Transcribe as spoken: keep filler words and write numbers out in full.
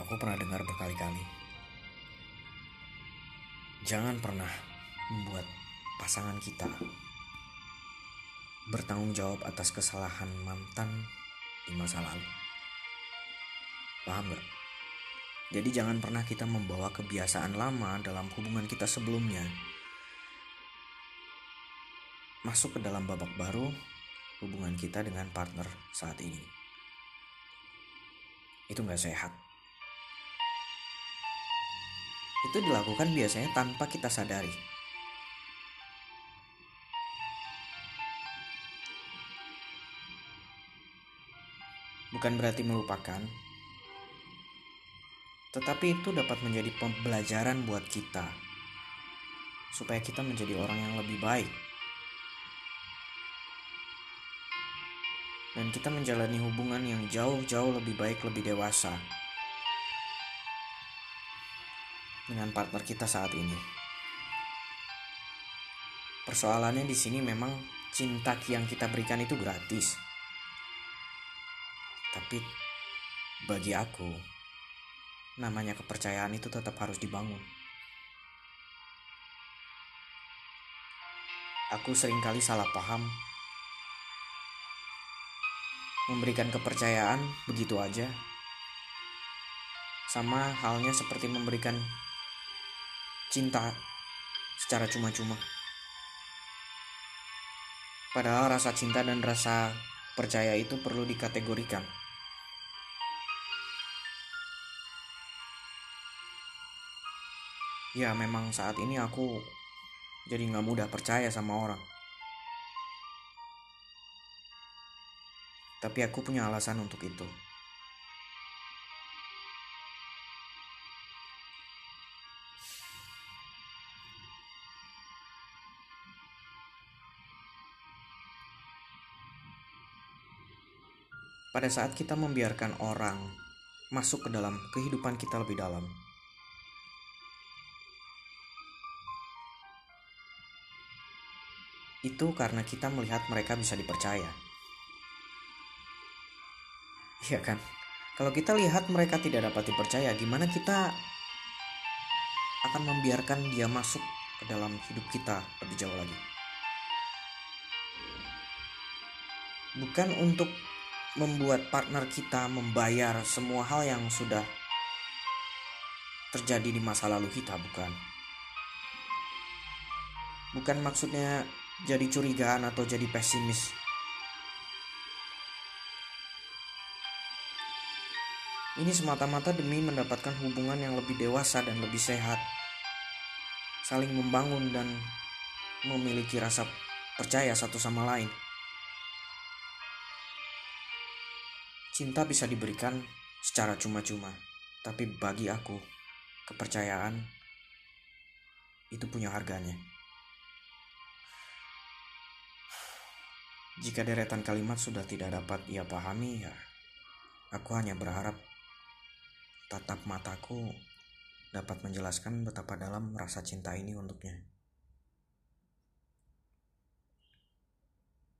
Aku pernah dengar berkali-kali, jangan pernah membuat pasangan kita bertanggung jawab atas kesalahan mantan di masa lalu. Paham gak? Jadi jangan pernah kita membawa kebiasaan lama dalam hubungan kita sebelumnya masuk ke dalam babak baru hubungan kita dengan partner saat ini. Itu gak sehat. Itu dilakukan biasanya tanpa kita sadari. Bukan berarti melupakan, tetapi itu dapat menjadi pembelajaran buat kita, supaya kita menjadi orang yang lebih baik. Dan kita menjalani hubungan yang jauh-jauh lebih baik, lebih dewasa dengan partner kita saat ini. Persoalannya di sini memang cinta yang kita berikan itu gratis. Tapi bagi aku, namanya kepercayaan itu tetap harus dibangun. Aku seringkali salah paham, memberikan kepercayaan begitu aja, sama halnya seperti memberikan cinta secara cuma-cuma. Padahal rasa cinta dan rasa percaya itu perlu dikategorikan. Ya memang saat ini aku jadi gak mudah percaya sama orang. Tapi aku punya alasan untuk itu. Pada saat kita membiarkan orang masuk ke dalam kehidupan kita lebih dalam, itu karena kita melihat mereka bisa dipercaya. Iya kan? Kalau kita lihat mereka tidak dapat dipercaya, gimana kita akan membiarkan dia masuk ke dalam hidup kita lebih jauh lagi? Bukan untuk membuat partner kita membayar semua hal yang sudah terjadi di masa lalu kita, bukan. Bukan maksudnya jadi curigaan atau jadi pesimis. Ini semata-mata demi mendapatkan hubungan yang lebih dewasa dan lebih sehat, saling membangun dan memiliki rasa percaya satu sama lain. Cinta bisa diberikan secara cuma-cuma, tapi bagi aku, kepercayaan itu punya harganya. Jika deretan kalimat sudah tidak dapat ia pahami, ya aku hanya berharap tatap mataku dapat menjelaskan betapa dalam rasa cinta ini untuknya.